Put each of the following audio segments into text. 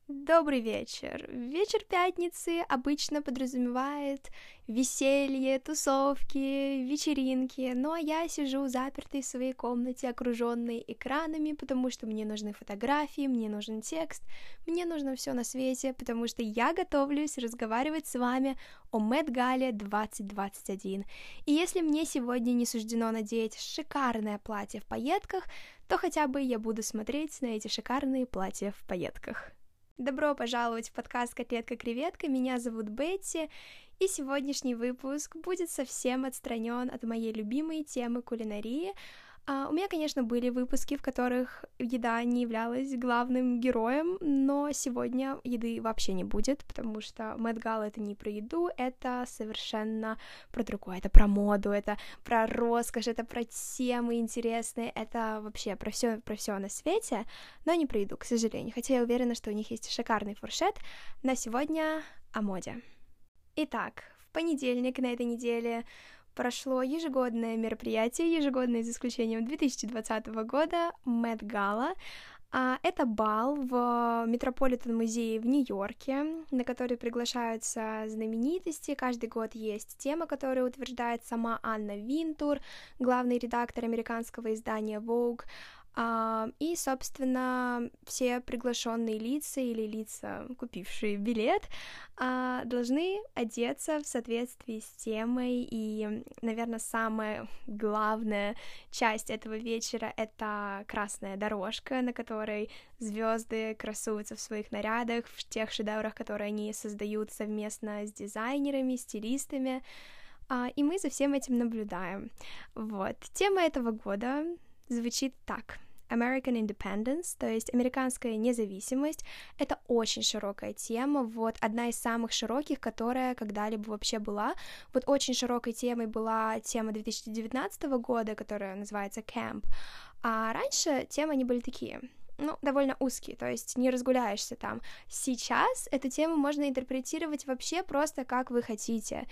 Добрый вечер. Вечер пятницы обычно подразумевает веселье, тусовки, вечеринки, ну а я сижу запертой в своей комнате, окружённой экранами, потому что мне нужны фотографии, мне нужен текст, мне нужно всё на свете, потому что я готовлюсь разговаривать с вами о Met-гале 2021. И если мне сегодня не суждено надеть шикарное платье в пайетках, то хотя бы я буду смотреть на эти шикарные платья в пайетках. Добро пожаловать в подкаст «Котлетка-креветка», меня зовут Бетти, и сегодняшний выпуск будет совсем отстранён от моей любимой темы кулинарии. У меня, конечно, были выпуски, в которых еда не являлась главным героем, но сегодня еды вообще не будет, потому что Met-гала — это не про еду, это совершенно про другое, это про моду, это про роскошь, это про темы интересные, это вообще про всё на свете, но не про еду, к сожалению, хотя я уверена, что у них есть шикарный фуршет, но сегодня о моде. Итак, в понедельник на этой неделе прошло ежегодное мероприятие, ежегодное за исключением 2020 года, Met-гала. Это бал в Метрополитен-музее в Нью-Йорке, на который приглашаются знаменитости. Каждый год есть тема, которую утверждает сама Анна Винтур, главный редактор американского издания Vogue. И, собственно, все приглашенные лица или лица, купившие билет, должны одеться в соответствии с темой, и, наверное, самая главная часть этого вечера — это красная дорожка, на которой звезды красуются в своих нарядах, в тех шедеврах, которые они создают совместно с дизайнерами, стилистами, и мы за всем этим наблюдаем. Вот. Тема этого года звучит так: American Independence, то есть американская независимость. Это очень широкая тема, вот одна из самых широких, которая когда-либо вообще была. Вот очень широкой темой была тема 2019 года, которая называется Camp, а раньше темы они были такие, довольно узкие, то есть не разгуляешься там. Сейчас эту тему можно интерпретировать вообще просто как вы хотите,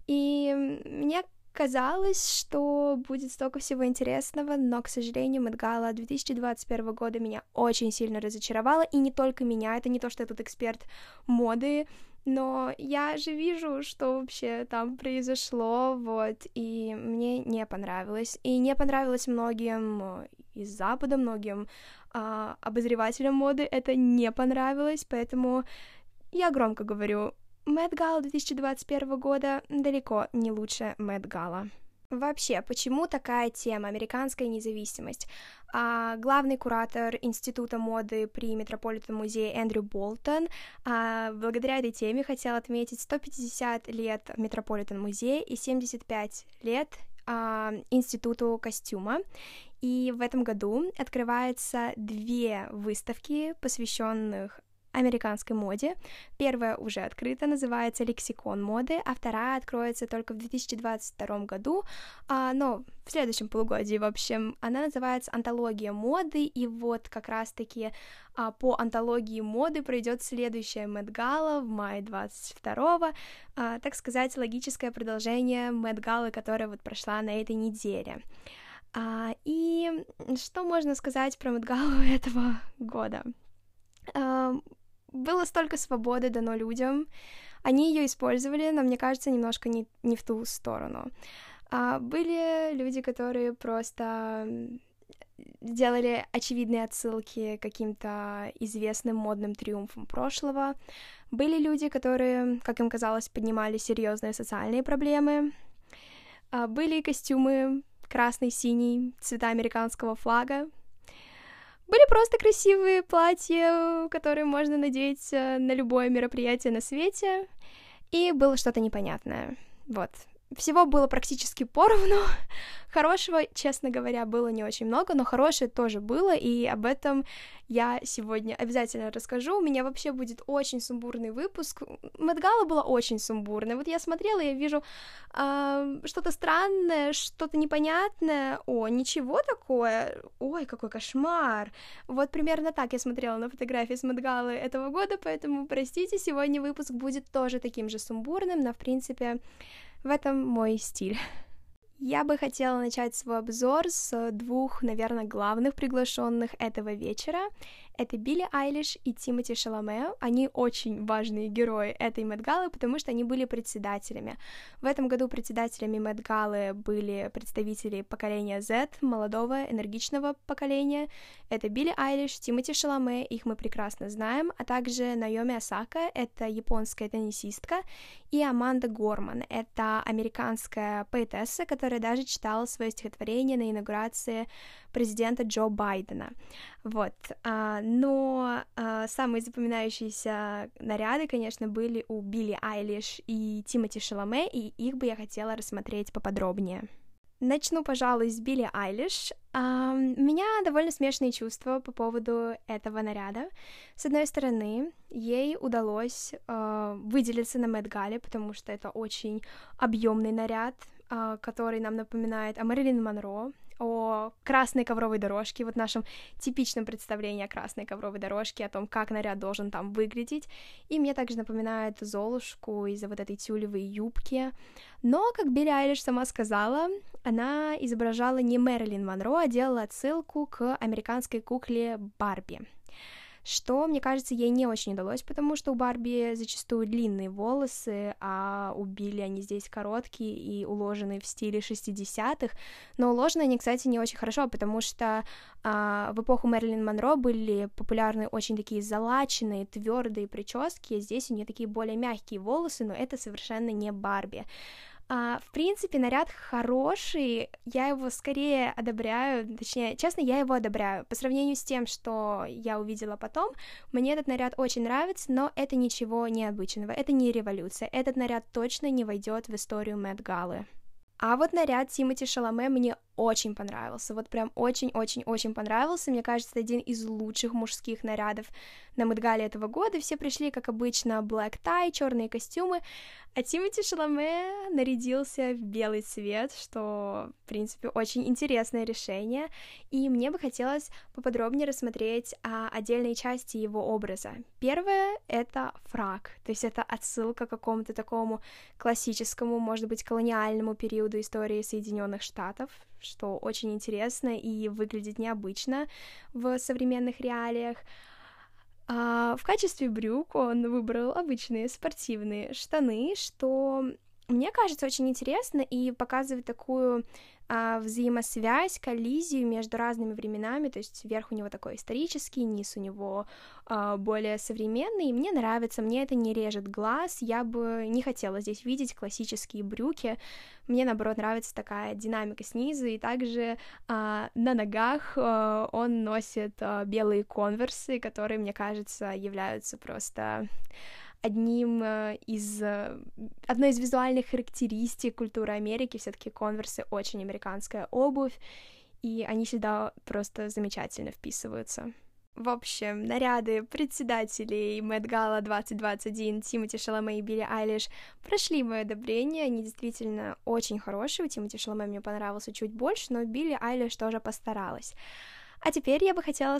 и мне казалось, что будет столько всего интересного, но, к сожалению, Met-гала 2021 года меня очень сильно разочаровала, и не только меня, это не то, что я тут эксперт моды, но я же вижу, что вообще там произошло, вот, и мне не понравилось, и не понравилось многим из Запада, многим обозревателям моды это не понравилось, поэтому я громко говорю: Met-гала 2021 года далеко не лучше Met-гала. Вообще, почему такая тема — американская независимость? Главный куратор Института моды при Метрополитен-музее Эндрю Болтон благодаря этой теме хотел отметить 150 лет Метрополитен-музея и 75 лет Институту костюма. И в этом году открываются 2 выставки, посвященных американской моде. Первая уже открыта, называется «Лексикон моды», а вторая откроется только в 2022 году, но в следующем полугодии, в общем. Она называется «Антология моды», и вот как раз-таки по антологии моды пройдет следующая Met-гала в мае 22-го, так сказать, логическое продолжение Met-галы, которая вот прошла на этой неделе. И что можно сказать про Met-галу этого года? Было столько свободы дано людям, они её использовали, но, мне кажется, немножко не в ту сторону. Были люди, которые просто делали очевидные отсылки к каким-то известным модным триумфам прошлого. Были люди, которые, как им казалось, поднимали серьёзные социальные проблемы. Были костюмы красный, синий, цвета американского флага. Были просто красивые платья, которые можно надеть на любое мероприятие на свете, и было что-то непонятное. Вот. Всего было практически поровну. Хорошего, честно говоря, было не очень много, но хорошее тоже было, и об этом я сегодня обязательно расскажу. У меня вообще будет очень сумбурный выпуск. Met-гала была очень сумбурная. Вот я смотрела, я вижу что-то странное, что-то непонятное. О, ничего такое. Ой, какой кошмар. Вот примерно так я смотрела на фотографии с Met-галы этого года, поэтому, простите, сегодня выпуск будет тоже таким же сумбурным, но, в принципе, в этом мой стиль. Я бы хотела начать свой обзор с 2, наверное, главных приглашенных этого вечера. это Билли Айлиш и Тимоти Шаломе. Они очень важные герои этой Мет-галы, потому что они были председателями. В этом году председателями Мет-галы были представители поколения Z, молодого, энергичного поколения. Это Билли Айлиш, Тимоти Шаломе, их мы прекрасно знаем, а также Наоми Осака, это японская теннисистка, и Аманда Горман, это американская поэтесса, которая даже читала свое стихотворение на инаугурации президента Джо Байдена. Вот. Но самые запоминающиеся наряды, конечно, были у Билли Айлиш и Тимоти Шаломе, и их бы я хотела рассмотреть поподробнее. Начну, пожалуй, с Билли Айлиш. У меня довольно смешанные чувства по поводу этого наряда. С одной стороны, ей удалось выделиться на Мет-гале, потому что это очень объемный наряд, который нам напоминает о Мэрилин Монро, о красной ковровой дорожке, вот нашем типичном представлении о красной ковровой дорожке, о том, как наряд должен там выглядеть, и мне также напоминает Золушку из-за вот этой тюлевой юбки, но, как Билли Айлиш сама сказала, она изображала не Мэрилин Монро, а делала отсылку к американской кукле Барби, что, мне кажется, ей не очень удалось, потому что у Барби зачастую длинные волосы, а у Билли они здесь короткие и уложены в стиле 60-х, но уложены они, кстати, не очень хорошо, потому что в эпоху Мэрилин Монро были популярны очень такие залаченные, твердые прически, а здесь у нее такие более мягкие волосы, но это совершенно не Барби. В принципе, наряд хороший, я его скорее одобряю, точнее, честно, я его одобряю. По сравнению с тем, что я увидела потом, мне этот наряд очень нравится, но это ничего необычного, это не революция, этот наряд точно не войдет в историю Мет-галы. А вот наряд Тимоти Шаломе мне очень понравился, вот прям очень-очень-очень понравился, мне кажется, это один из лучших мужских нарядов на Мет-гале этого года, все пришли, как обычно, black tie, черные костюмы, а Тимоти Шаломе нарядился в белый цвет, что, в принципе, очень интересное решение, и мне бы хотелось поподробнее рассмотреть отдельные части его образа. Первое — это фрак, то есть это отсылка к какому-то такому классическому, может быть, колониальному периоду истории Соединенных Штатов, что очень интересно и выглядит необычно в современных реалиях. В качестве брюк он выбрал обычные спортивные штаны, что мне кажется очень интересно и показывает такую взаимосвязь, коллизию между разными временами, то есть верх у него такой исторический, низ у него более современный, и мне нравится, мне это не режет глаз, я бы не хотела здесь видеть классические брюки, мне, наоборот, нравится такая динамика снизу, и также на ногах он носит белые конверсы, которые, мне кажется, являются просто одной из визуальных характеристик культуры Америки, все-таки конверсы очень американская обувь, и они всегда просто замечательно вписываются. В общем, наряды председателей Мет-гала 2021 Тимоти Шаломе и Билли Айлиш прошли мое одобрение, они действительно очень хорошие, у Тимоти Шаломе мне понравился чуть больше, но Билли Айлиш тоже постаралась. А теперь я бы хотела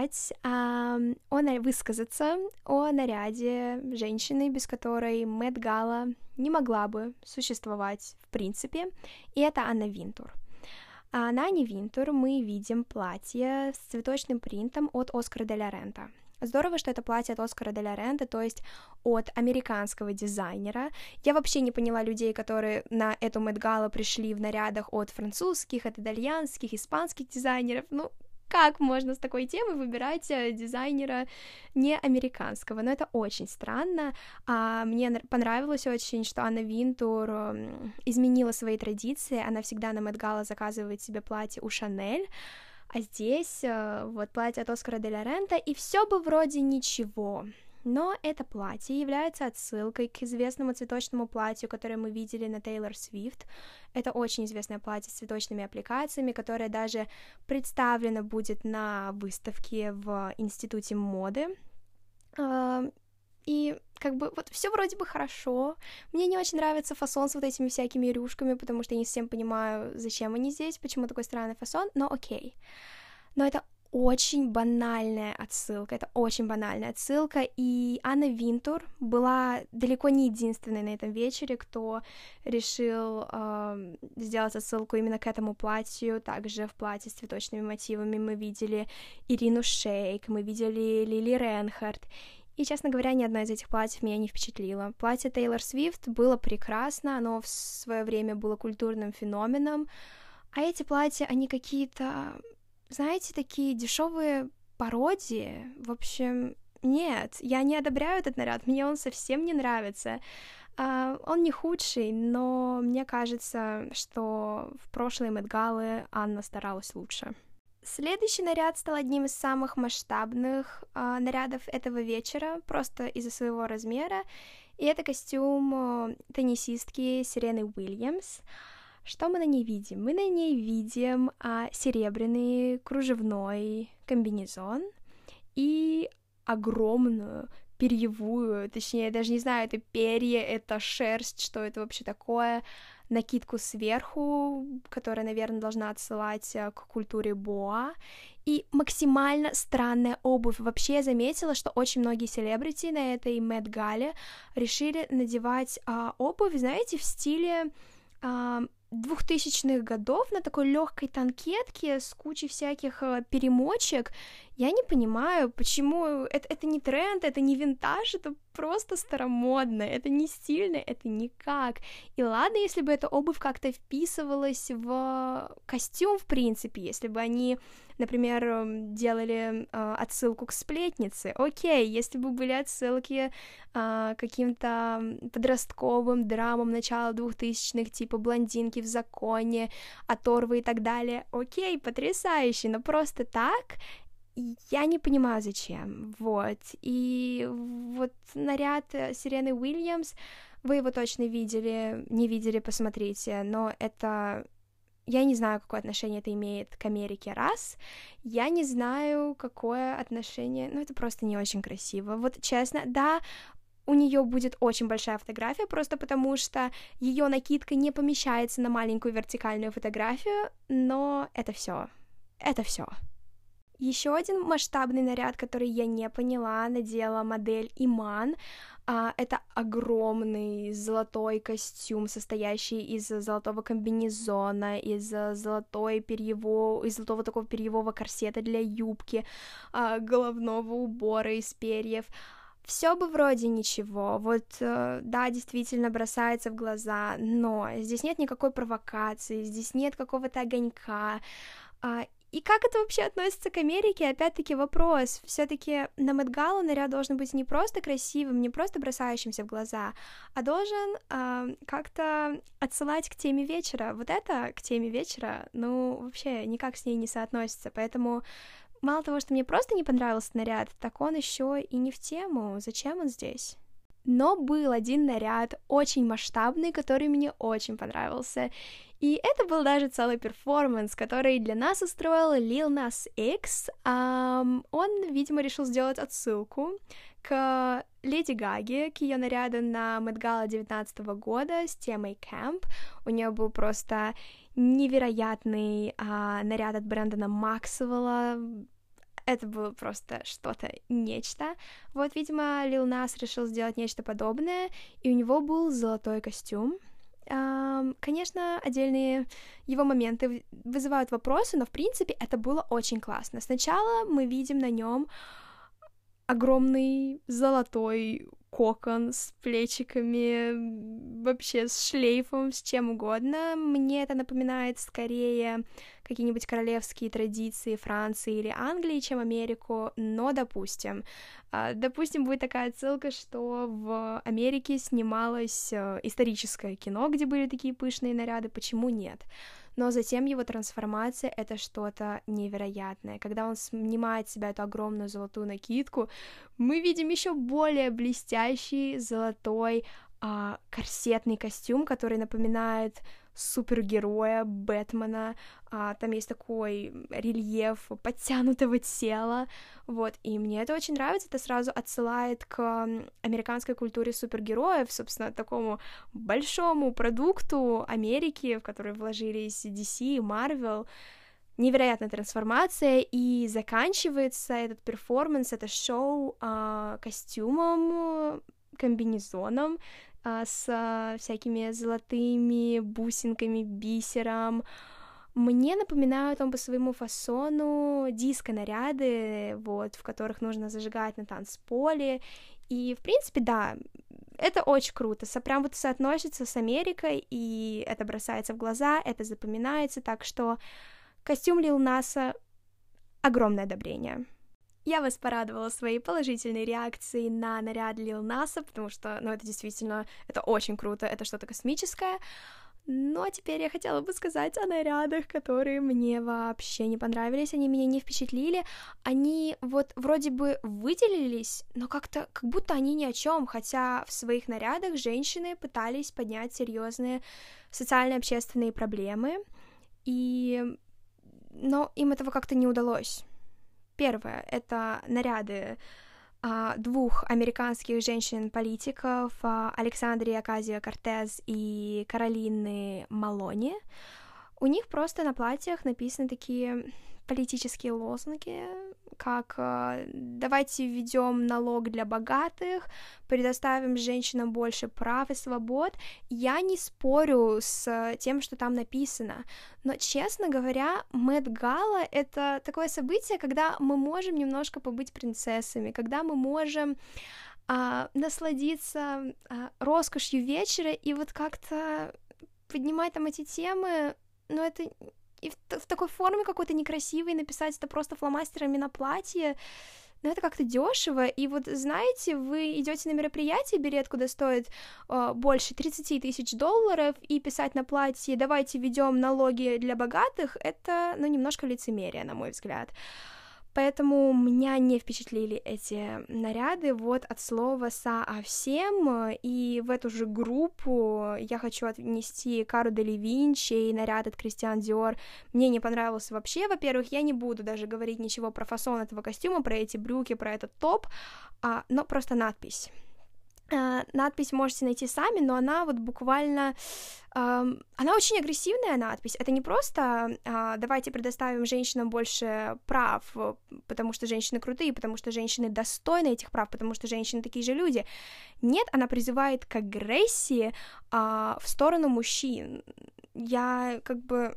высказаться о наряде женщины, без которой Мет-гала не могла бы существовать в принципе, и это Анна Винтур. На Анне Винтур мы видим платье с цветочным принтом от Оскара де ла Рента. Здорово, что это платье от Оскара де ла Рента, то есть от американского дизайнера. Я вообще не поняла людей, которые на эту Мет-галу пришли в нарядах от французских, от итальянских, испанских дизайнеров. Как можно с такой темой выбирать дизайнера не американского? Но это очень странно. Мне понравилось очень, что Анна Винтур изменила свои традиции. Она всегда на Мет-гала заказывает себе платье у Шанель, а здесь вот платье от Оскара де ла Рента, и все бы вроде ничего. Но это платье является отсылкой к известному цветочному платью, которое мы видели на Тейлор Свифт. Это очень известное платье с цветочными аппликациями, которое даже представлено будет на выставке в Институте моды. И как бы вот все вроде бы хорошо. Мне не очень нравится фасон с вот этими всякими рюшками, потому что я не совсем понимаю, зачем они здесь, почему такой странный фасон, но окей. Но это очень банальная отсылка, и Анна Винтур была далеко не единственной на этом вечере, кто решил сделать отсылку именно к этому платью. Также в платье с цветочными мотивами мы видели Ирину Шейк, мы видели Лили Рейнхарт, и, честно говоря, ни одно из этих платьев меня не впечатлило. Платье Тейлор Свифт было прекрасно, оно в свое время было культурным феноменом, а эти платья, они какие-то, знаете, такие дешевые пародии. В общем, нет, я не одобряю этот наряд, мне он совсем не нравится. Он не худший, но мне кажется, что в прошлой Мет-галы Анна старалась лучше. Следующий наряд стал одним из самых масштабных нарядов этого вечера, просто из-за своего размера, и это костюм теннисистки Серены Уильямс. Что мы на ней видим? Мы на ней видим серебряный кружевной комбинезон и огромную перьевую, точнее, я даже не знаю, это перья, это шерсть, что это вообще такое, накидку сверху, которая, наверное, должна отсылать к культуре боа, и максимально странная обувь. Вообще я заметила, что очень многие селебрити на этой Мет-гале решили надевать обувь, знаете, в стиле 2000-х годов, на такой легкой танкетке с кучей всяких перемочек. Я не понимаю, почему это не тренд, это не винтаж, это просто старомодно, это не стильно, это никак. И ладно, если бы эта обувь как-то вписывалась в костюм, в принципе, если бы они, например, делали отсылку к Сплетнице, окей, если бы были отсылки к каким-то подростковым драмам начала 2000-х, типа «Блондинки в законе», «Оторвы» и так далее, окей, потрясающе, но просто так я не понимаю, зачем, вот, и вот наряд Серены Уильямс, вы его точно видели, не видели, посмотрите, но это... Я не знаю, какое отношение это имеет к Америке, раз. Я не знаю, какое отношение... Ну, это просто не очень красиво. Вот, честно, да, у нее будет очень большая фотография, просто потому что ее накидка не помещается на маленькую вертикальную фотографию, но это все. Это все. Еще один масштабный наряд, который я не поняла, надела модель Иман. Это огромный золотой костюм, состоящий из золотого комбинезона, из золотого такого перьевого корсета для юбки, головного убора из перьев. Все бы вроде ничего, вот, да, действительно бросается в глаза, но здесь нет никакой провокации, здесь нет какого-то огонька. И как это вообще относится к Америке? Опять-таки вопрос. Все-таки на Мет-галу наряд должен быть не просто красивым, не просто бросающимся в глаза, а должен как-то отсылать к теме вечера. Вот это к теме вечера, ну, вообще никак с ней не соотносится. Поэтому мало того, что мне просто не понравился наряд, так он еще и не в тему. Зачем он здесь? Но был один наряд очень масштабный, который мне очень понравился. И это был даже целый перформанс, который для нас устроил Lil Nas X. Он, видимо, решил сделать отсылку к Леди Гаге, к ее наряду на Мет-гала 2019 года с темой Camp. У нее был просто невероятный наряд от Брэндона Максвелла. Это было просто что-то, нечто. Вот, видимо, Lil Nas решил сделать нечто подобное, и у него был золотой костюм. Конечно, отдельные его моменты вызывают вопросы, но, в принципе, это было очень классно. Сначала мы видим на нем огромный золотой кокон с плечиками, вообще с шлейфом, с чем угодно. Мне это напоминает скорее какие-нибудь королевские традиции Франции или Англии, чем Америку, но допустим, будет такая отсылка, что в Америке снималось историческое кино, где были такие пышные наряды, почему нет? Но затем его трансформация — это что-то невероятное. Когда он снимает с себя эту огромную золотую накидку, мы видим еще более блестящий золотой корсетный костюм, который напоминает супергероя Бэтмена. Там есть такой рельеф подтянутого тела, вот, и мне это очень нравится, это сразу отсылает к американской культуре супергероев, собственно, такому большому продукту Америки, в который вложились DC и Marvel. невероятная трансформация, и заканчивается этот перформанс, это шоу костюмом, комбинезоном с всякими золотыми бусинками, бисером. Мне напоминают он по своему фасону диско-наряды, вот, в которых нужно зажигать на танцполе, и, в принципе, да, это очень круто, прям вот соотносится с Америкой, и это бросается в глаза, это запоминается, так что костюм Лил Наса — огромное одобрение. Я вас порадовала своей положительной реакцией на наряд Лил Наса, потому что, ну, это действительно, это очень круто, это что-то космическое. Ну, а теперь я хотела бы сказать о нарядах, которые мне вообще не понравились, они меня не впечатлили, они вот вроде бы выделились, но как будто они ни о чем, хотя в своих нарядах женщины пытались поднять серьезные социально-общественные проблемы, но им этого как-то не удалось. Первое — это наряды двух американских женщин-политиков, Александры Окасио-Кортес и Каролины Малони. У них просто на платьях написаны такие политические лозунги, как «давайте введем налог для богатых», «предоставим женщинам больше прав и свобод». Я не спорю с тем, что там написано, но, честно говоря, Мэтт-гала — это такое событие, когда мы можем немножко побыть принцессами, когда мы можем насладиться роскошью вечера и вот как-то поднимать там эти темы, но это... И в такой форме какой-то некрасивой написать это просто фломастерами на платье, но это как-то дешево. И вот, знаете, вы идете на мероприятие, билет, куда стоит больше 30 тысяч $, и писать на платье «давайте введем налоги для богатых» — это, ну, немножко лицемерие, на мой взгляд. Поэтому меня не впечатлили эти наряды, вот от слова совсем, и в эту же группу я хочу отнести Кару Делевинчи и наряд от Кристиан Диор. Мне не понравился вообще. Во-первых, я не буду даже говорить ничего про фасон этого костюма, про эти брюки, про этот топ, но просто надпись. Надпись можете найти сами, но она вот буквально... она очень агрессивная надпись. Это не просто «давайте предоставим женщинам больше прав, потому что женщины крутые, потому что женщины достойны этих прав, потому что женщины такие же люди». Нет, она призывает к агрессии в сторону мужчин. Я как бы...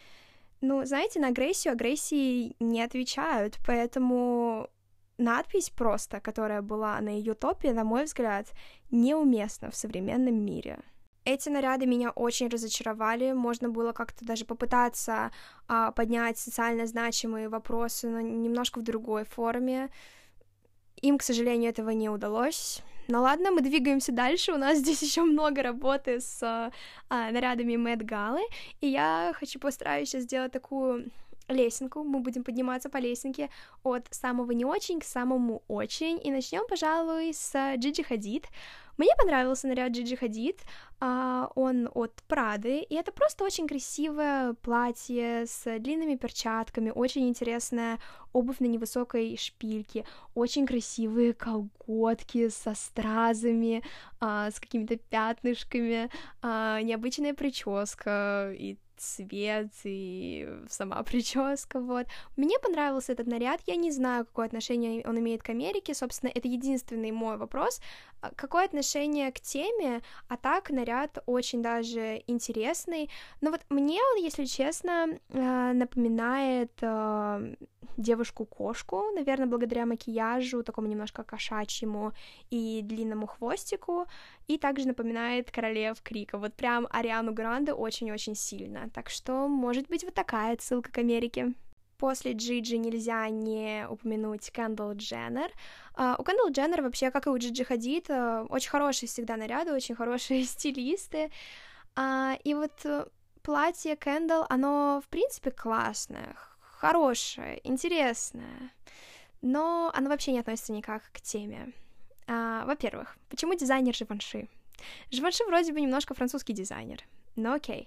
Ну, знаете, на агрессии не отвечают, поэтому... Надпись просто, которая была на ее топе, на мой взгляд, неуместна в современном мире. Эти наряды меня очень разочаровали, можно было как-то даже попытаться поднять социально значимые вопросы, но немножко в другой форме. Им, к сожалению, этого не удалось. Ну ладно, мы двигаемся дальше, у нас здесь еще много работы с нарядами Мэтт-галы, и я постараюсь сейчас сделать такую... лесенку, мы будем подниматься по лесенке от самого не очень к самому очень, и начнем, пожалуй, с Джиджи Хадид. Мне понравился наряд Джиджи Хадид, он от Прады, и это просто очень красивое платье с длинными перчатками, очень интересная обувь на невысокой шпильке, очень красивые колготки со стразами, с какими-то пятнышками, необычная прическа и цвет, и сама прическа, вот. Мне понравился этот наряд, я не знаю, какое отношение он имеет к Америке, собственно, это единственный мой вопрос, какое отношение к теме, а так наряд очень даже интересный, но вот мне он, если честно, напоминает девушку-кошку, наверное, благодаря макияжу, такому немножко кошачьему и длинному хвостику, и также напоминает королев Крика, вот прям Ариану Гранде очень-очень сильно, так что, может быть, вот такая отсылка к Америке. После Джиджи нельзя не упомянуть Кендалл Дженнер. У Кендалл Дженнер вообще, как и у Джиджи Хадид, очень хорошие всегда наряды, очень хорошие стилисты, и вот платье Кендалл, оно, в принципе, классное, хорошее, интересное, но оно вообще не относится никак к теме. Во-первых, почему дизайнер Живанши? Живанши вроде бы немножко французский дизайнер, но окей.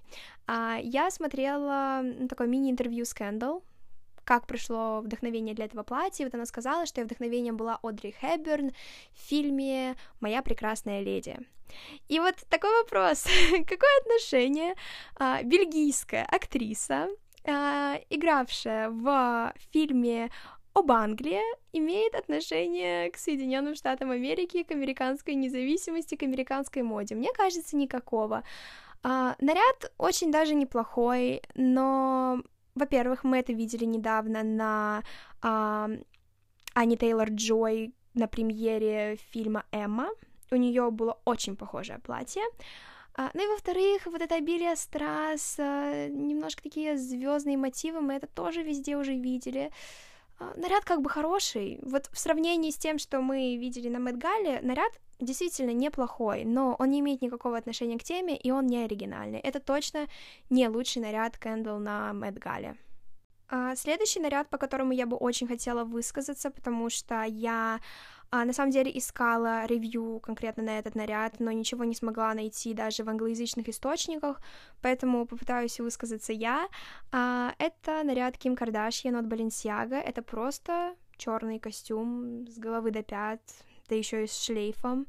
Я смотрела такое мини-интервью с Кендалл, как пришло вдохновение для этого платья, вот она сказала, что ее вдохновением была Одри Хепберн в фильме «Моя прекрасная леди». И вот такой вопрос, какое отношение бельгийская актриса игравшая в фильме об Англии, имеет отношение к Соединенным Штатам Америки, к американской независимости, к американской моде? Мне кажется, никакого. Наряд очень даже неплохой, но, во-первых, мы это видели недавно на Ани Тейлор-Джой на премьере фильма «Эмма». У нее было очень похожее платье. Ну и во-вторых, вот это обилие страз, немножко такие звездные мотивы, мы это тоже везде уже видели. Наряд как бы хороший. Вот в сравнении с тем, что мы видели на Мэтт-гале, наряд действительно неплохой, но он не имеет никакого отношения к теме, и он не оригинальный. Это точно не лучший наряд Кэндалл на Мэтт-гале. Следующий наряд, по которому я бы очень хотела высказаться, потому что я на самом деле искала ревью конкретно на этот наряд, но ничего не смогла найти даже в англоязычных источниках, поэтому попытаюсь высказаться я. Это наряд Ким Кардашьян от Balenciaga. Это просто черный костюм с головы до пят, да еще и с шлейфом.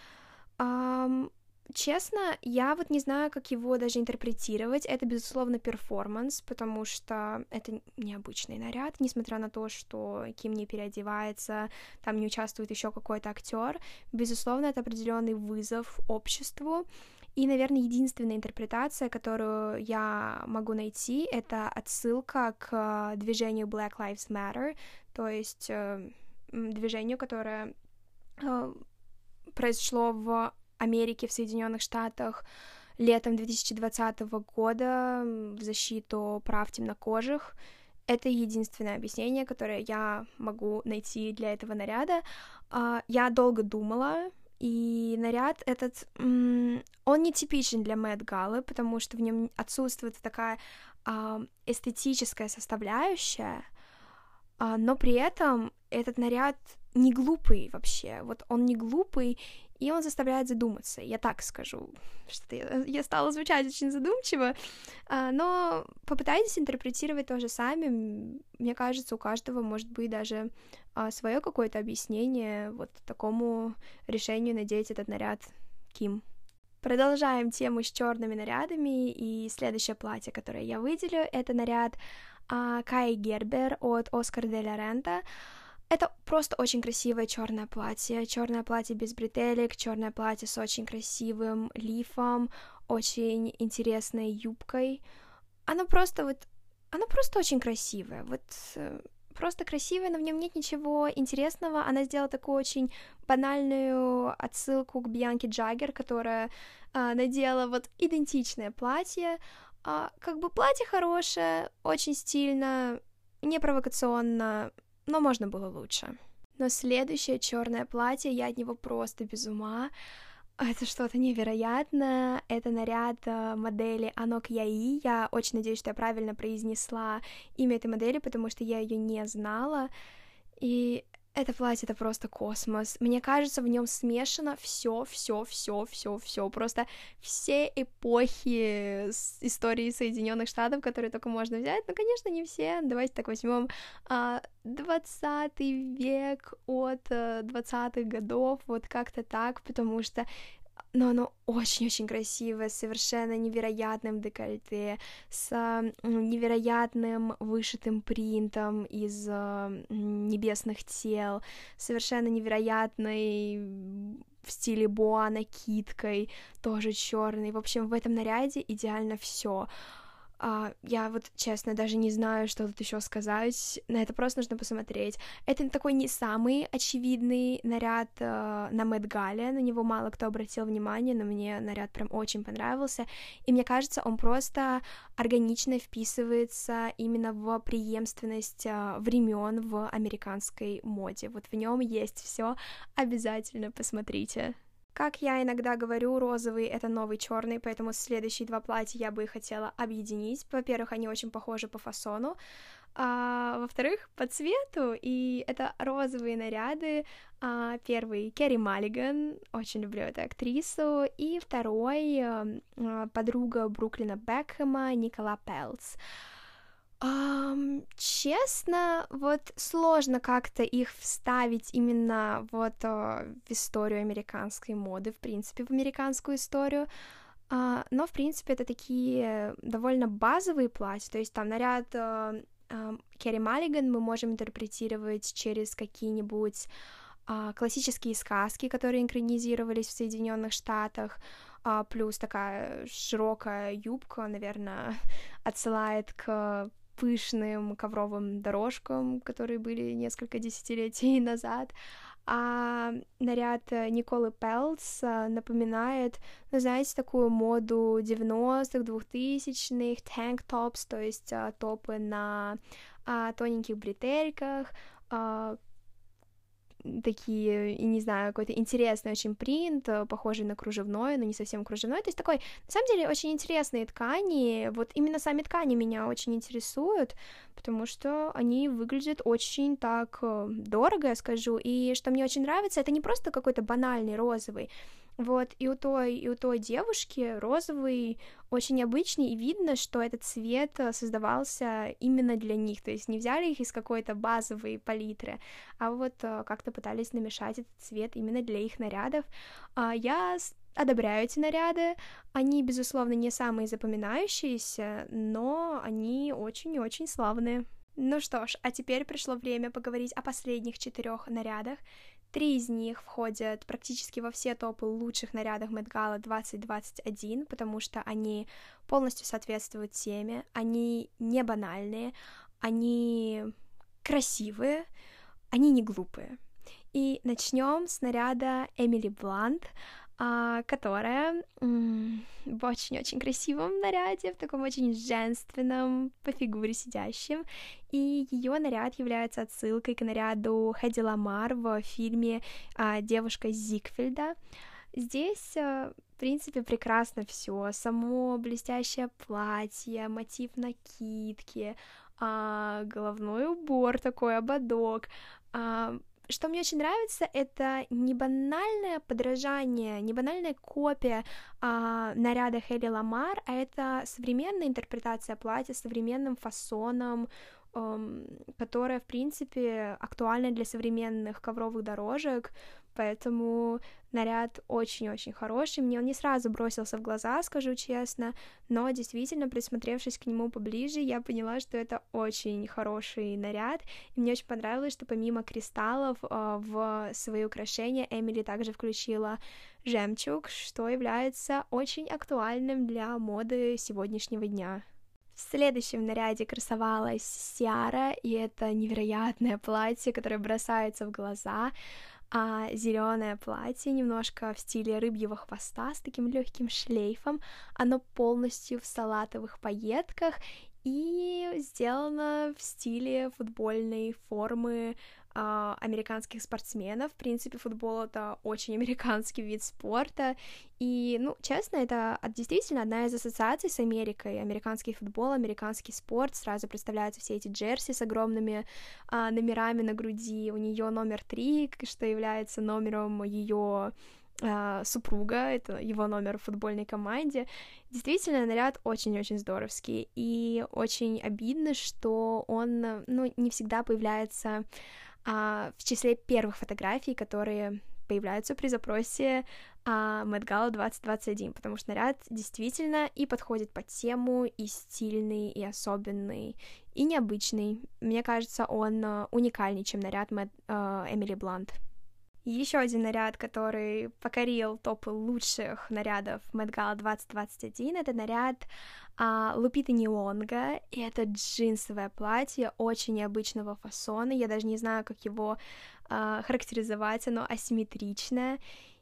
Честно, я вот не знаю, как его даже интерпретировать. Это, безусловно, перформанс, потому что это необычный наряд, несмотря на то, что Ким не переодевается, там не участвует еще какой-то актер. Безусловно, это определенный вызов обществу. И, наверное, единственная интерпретация, которую я могу найти, это отсылка к движению Black Lives Matter, то есть движению, которое произошло в Америке, в Соединенных Штатах летом 2020 года в защиту прав темнокожих. Это единственное объяснение, которое я могу найти для этого наряда. Я долго думала, и наряд этот, он не типичен для Мэтт-галы, потому что в нем отсутствует такая эстетическая составляющая, но при этом этот наряд не глупый вообще. Вот он не глупый, и он заставляет задуматься, я так скажу. Что-то я стала звучать очень задумчиво, но попытайтесь интерпретировать то же сами. Мне кажется, у каждого может быть даже свое какое-то объяснение вот такому решению надеть этот наряд Ким. Продолжаем тему с черными нарядами, и следующее платье, которое я выделю, это наряд Каи Гербер от Оскар де ла Рента. Это просто очень красивое черное платье без бретелек, черное платье с очень красивым лифом, очень интересной юбкой. Оно просто очень красивое, просто красивое, но в нем нет ничего интересного. Она сделала такую очень банальную отсылку к Бьянке Джаггер, которая надела вот идентичное платье. Как бы платье хорошее, очень стильно, не провокационно, но можно было лучше. Но следующее черное платье, я от него просто без ума. Это что-то невероятное. Это наряд модели Анок Яи. Я очень надеюсь, что я правильно произнесла имя этой модели, потому что я ее не знала. И это платье — это просто космос. Мне кажется, в нем смешано все. Просто все эпохи истории Соединенных Штатов, которые только можно взять. Ну, конечно, не все. Давайте так возьмем 20 век от 20-х годов, вот как-то так, потому что но оно очень-очень красивое, с совершенно невероятным декольте, с невероятным вышитым принтом из небесных тел, совершенно невероятной в стиле боа накидкой, тоже черный. В общем, в этом наряде идеально все. Я вот, честно, даже не знаю, что тут еще сказать. На это просто нужно посмотреть. Это такой не самый очевидный наряд на Мэтт-гале. На него мало кто обратил внимание, но мне наряд прям очень понравился. И мне кажется, он просто органично вписывается именно в преемственность времен в американской моде. Вот в нем есть все. Обязательно посмотрите. Как я иногда говорю, розовый — это новый черный, поэтому следующие два платья я бы и хотела объединить. Во-первых, они очень похожи по фасону, а во-вторых, по цвету, и это розовые наряды. Первый — Керри Маллиган, очень люблю эту актрису, и второй — подруга Бруклина Бекхэма Никола Пелц. Честно, вот сложно как-то их вставить именно вот в историю американской моды, в принципе, в американскую историю. Но, в принципе, это такие довольно базовые платья, то есть там наряд Керри Маллиган мы можем интерпретировать через какие-нибудь классические сказки, которые экранизировались в Соединенных Штатах, плюс такая широкая юбка, наверное, отсылает к пышным ковровым дорожкам, которые были несколько десятилетий назад. А наряд Николы Пелтс напоминает, ну, знаете, такую моду 90-х, 2000-х, танк-топс, то есть топы на тоненьких бретельках, такие, не знаю, какой-то интересный очень принт, похожий на кружевной, но не совсем кружевной, то есть такой, на самом деле, очень интересные ткани, вот именно сами ткани меня очень интересуют, потому что они выглядят очень так дорого, я скажу, и что мне очень нравится, это не просто какой-то банальный розовый, вот, и у той девушки розовый очень обычный, и видно, что этот цвет создавался именно для них, то есть не взяли их из какой-то базовой палитры, а вот как-то пытались намешать этот цвет именно для их нарядов. Я одобряю эти наряды, они, безусловно, не самые запоминающиеся, но они очень и очень славные. Ну что ж, а теперь пришло время поговорить о последних 4 нарядах. 3 из них входят практически во все топы лучших нарядов Met Gala 2021, потому что они полностью соответствуют теме, они не банальные, они красивые, они не глупые. И начнем с наряда Эмили Блант, которая в очень-очень красивом наряде, в таком очень женственном, по фигуре сидящем, и ее наряд является отсылкой к наряду Хэдди Ламар в фильме «Девушка из Зигфельда». Здесь, в принципе, прекрасно все, само блестящее платье, мотив накидки, головной убор такой, ободок, что мне очень нравится, это не банальное подражание, не банальная копия наряда Хэдди Ламар, а это современная интерпретация платья, современным фасоном, которая, в принципе, актуальна для современных ковровых дорожек, поэтому наряд очень-очень хороший, мне он не сразу бросился в глаза, скажу честно, но действительно, присмотревшись к нему поближе, я поняла, что это очень хороший наряд, и мне очень понравилось, что помимо кристаллов в свои украшения Эмили также включила жемчуг, что является очень актуальным для моды сегодняшнего дня. В следующем наряде красовалась Сиара, и это невероятное платье, которое бросается в глаза, зеленое платье, немножко в стиле рыбьего хвоста, с таким легким шлейфом, оно полностью в салатовых пайетках и сделано в стиле футбольной формы американских спортсменов. В принципе, футбол — это очень американский вид спорта, и, ну, честно, это действительно одна из ассоциаций с Америкой. Американский футбол, американский спорт, сразу представляются все эти джерси с огромными номерами на груди, у нее номер 3, что является номером ее супруга, это его номер в футбольной команде. Действительно, наряд очень-очень здоровский, и очень обидно, что он, ну, не всегда появляется в числе первых фотографий, которые появляются при запросе Met Gala 2021, потому что наряд действительно и подходит под тему, и стильный, и особенный, и необычный. Мне кажется, он уникальнее, чем наряд Эмили Блант. Еще один наряд, который покорил топы лучших нарядов Met Gala 2021, это наряд Лупиты Нионго, и это джинсовое платье очень необычного фасона, я даже не знаю, как его характеризовать, оно асимметричное,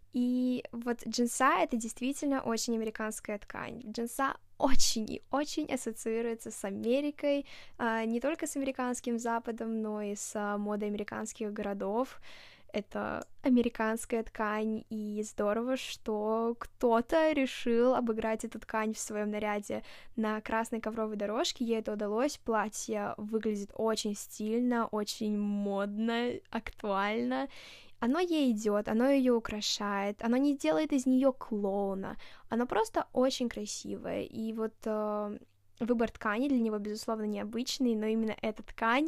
и вот джинса — это действительно очень американская ткань, джинса очень и очень ассоциируется с Америкой, не только с американским Западом, но и с модой американских городов. Это американская ткань, и здорово, что кто-то решил обыграть эту ткань в своем наряде на красной ковровой дорожке, ей это удалось, платье выглядит очень стильно, очень модно, актуально, оно ей идет, оно ее украшает, оно не делает из нее клоуна, оно просто очень красивое, и вот выбор ткани для него, безусловно, необычный, но именно эта ткань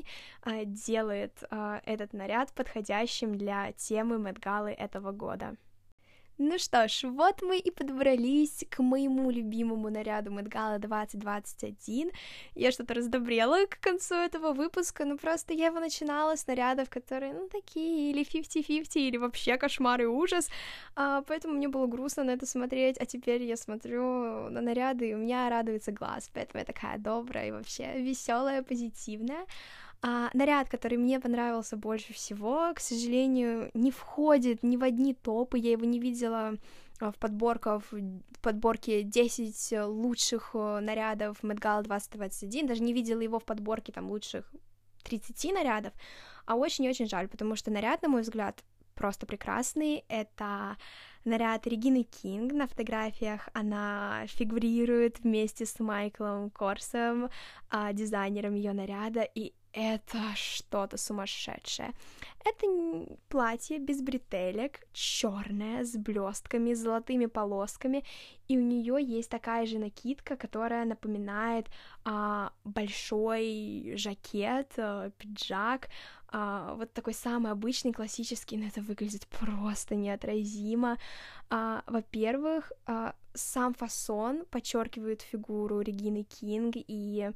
делает этот наряд подходящим для темы Met Gala этого года. Ну что ж, вот мы и подобрались к моему любимому наряду Met Gala 2021. Я что-то раздобрела к концу этого выпуска, но просто я его начинала с нарядов, которые, ну, такие, или 50-50, или вообще кошмар и ужас, поэтому мне было грустно на это смотреть, а теперь я смотрю на наряды, и у меня радуется глаз, поэтому я такая добрая и вообще веселая, позитивная. Наряд, который мне понравился больше всего, к сожалению, не входит ни в одни топы, я его не видела в подборке 10 лучших нарядов Met Gala 2021, даже не видела его в подборке там лучших 30 нарядов, а очень-очень жаль, потому что наряд, на мой взгляд, просто прекрасный. Это наряд Регины Кинг. На фотографиях она фигурирует вместе с Майклом Корсом, дизайнером ее наряда, и это что-то сумасшедшее. Это платье без бретелек, черное, с блестками, с золотыми полосками, и у нее есть такая же накидка, которая напоминает большой жакет, пиджак, вот такой самый обычный, классический, но это выглядит просто неотразимо. Во-первых, сам фасон подчеркивает фигуру Регины Кинг, и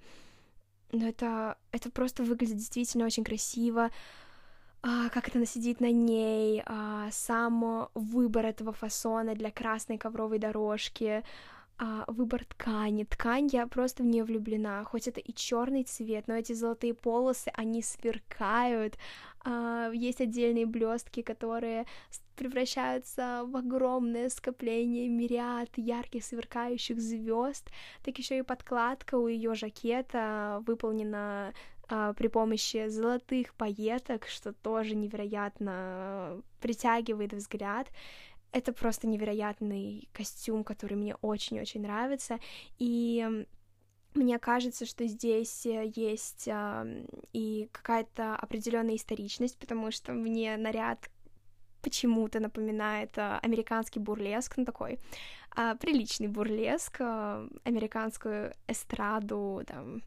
это просто выглядит действительно очень красиво, как это она сидит на ней, сам выбор этого фасона для красной ковровой дорожки, выбор ткани. Ткань, я просто в нее влюблена, хоть это и черный цвет, но эти золотые полосы, они сверкают, есть отдельные блестки, которые превращаются в огромное скопление мириад ярких сверкающих звезд, так еще и подкладка у ее жакета выполнена при помощи золотых пайеток, что тоже невероятно притягивает взгляд. Это просто невероятный костюм, который мне очень-очень нравится, и мне кажется, что здесь есть и какая-то определенная историчность, потому что мне наряд почему-то напоминает американский бурлеск, ну такой приличный бурлеск, американскую эстраду, там,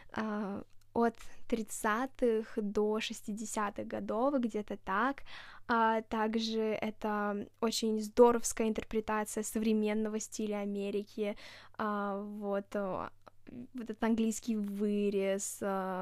от 30-х до 60-х годов, где-то так. Также это очень здоровская интерпретация современного стиля Америки, вот этот английский вырез,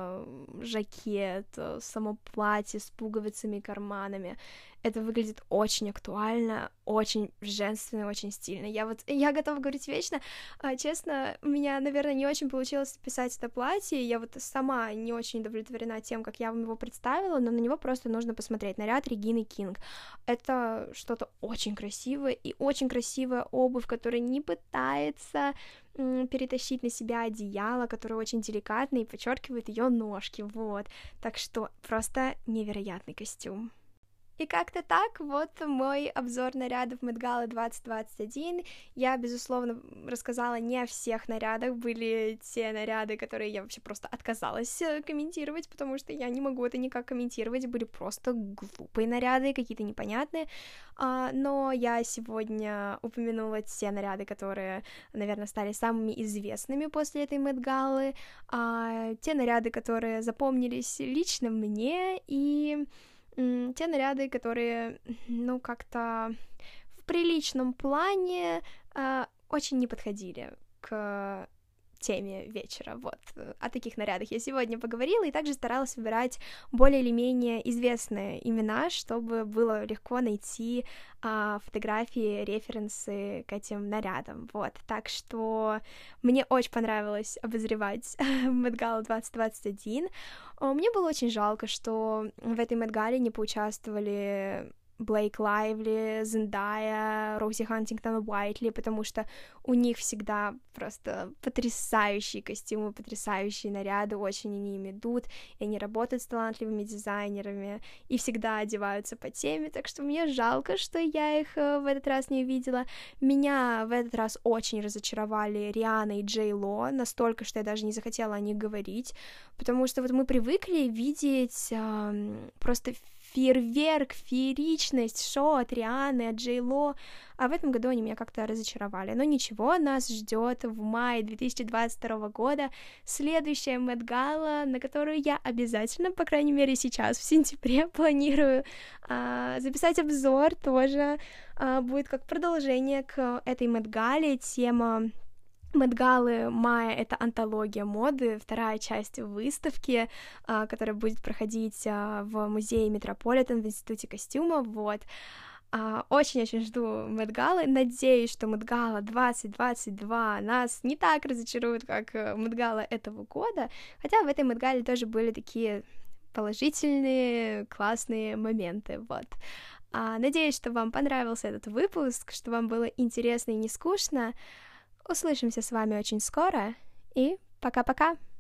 жакет, само платье с пуговицами и карманами. Это выглядит очень актуально, очень женственно, очень стильно. Я готова говорить вечно. Честно, у меня, наверное, не очень получилось писать это платье. Я вот сама не очень удовлетворена тем, как я вам его представила, но на него просто нужно посмотреть. Наряд Регины Кинг. Это что-то очень красивое и очень красивая обувь, которая не пытается перетащить на себя одеяло, которое очень деликатно и подчеркивает ее ножки, вот. Так что просто невероятный костюм. И как-то так, вот мой обзор нарядов Met Gala 2021. Я, безусловно, рассказала не о всех нарядах, были те наряды, которые я вообще просто отказалась комментировать, потому что я не могу это никак комментировать, были просто глупые наряды, какие-то непонятные, но я сегодня упомянула те наряды, которые, наверное, стали самыми известными после этой Met Gala, те наряды, которые запомнились лично мне, и те наряды, которые, ну, как-то в приличном плане очень не подходили к теме вечера, вот. О таких нарядах я сегодня поговорила, и также старалась выбирать более или менее известные имена, чтобы было легко найти фотографии, референсы к этим нарядам, вот. Так что мне очень понравилось обозревать Met Gala 2021. Мне было очень жалко, что в этой Met Gala не поучаствовали Блейк Лайвли, Зендая, Роузи Хантингтон Уайтли, потому что у них всегда просто потрясающие костюмы, потрясающие наряды, очень они им идут, и они работают с талантливыми дизайнерами, и всегда одеваются по теме, так что мне жалко, что я их в этот раз не увидела. Меня в этот раз очень разочаровали Риhanna и Джей Ло, настолько, что я даже не захотела о них говорить, потому что вот мы привыкли видеть просто фейерверк, фееричность, шоу от Рианы, от Джей Ло, а в этом году они меня как-то разочаровали. Но ничего, нас ждет в мае 2022 года следующая Мэтт Гала, на которую я обязательно, по крайней мере сейчас, в сентябре, планирую записать обзор тоже. Будет как продолжение к этой Мэтт Гале. Тема Мэтт Галы мая — это антология моды, вторая часть выставки, которая будет проходить в музее Метрополитен в Институте костюмов, вот. Очень-очень жду Мэтт Галы, надеюсь, что Мэтт Гала 2022 нас не так разочарует, как Мэтт Гала этого года, хотя в этой Мэтт Гале тоже были такие положительные, классные моменты, вот. Надеюсь, что вам понравился этот выпуск, что вам было интересно и не скучно. Услышимся с вами очень скоро, и пока-пока!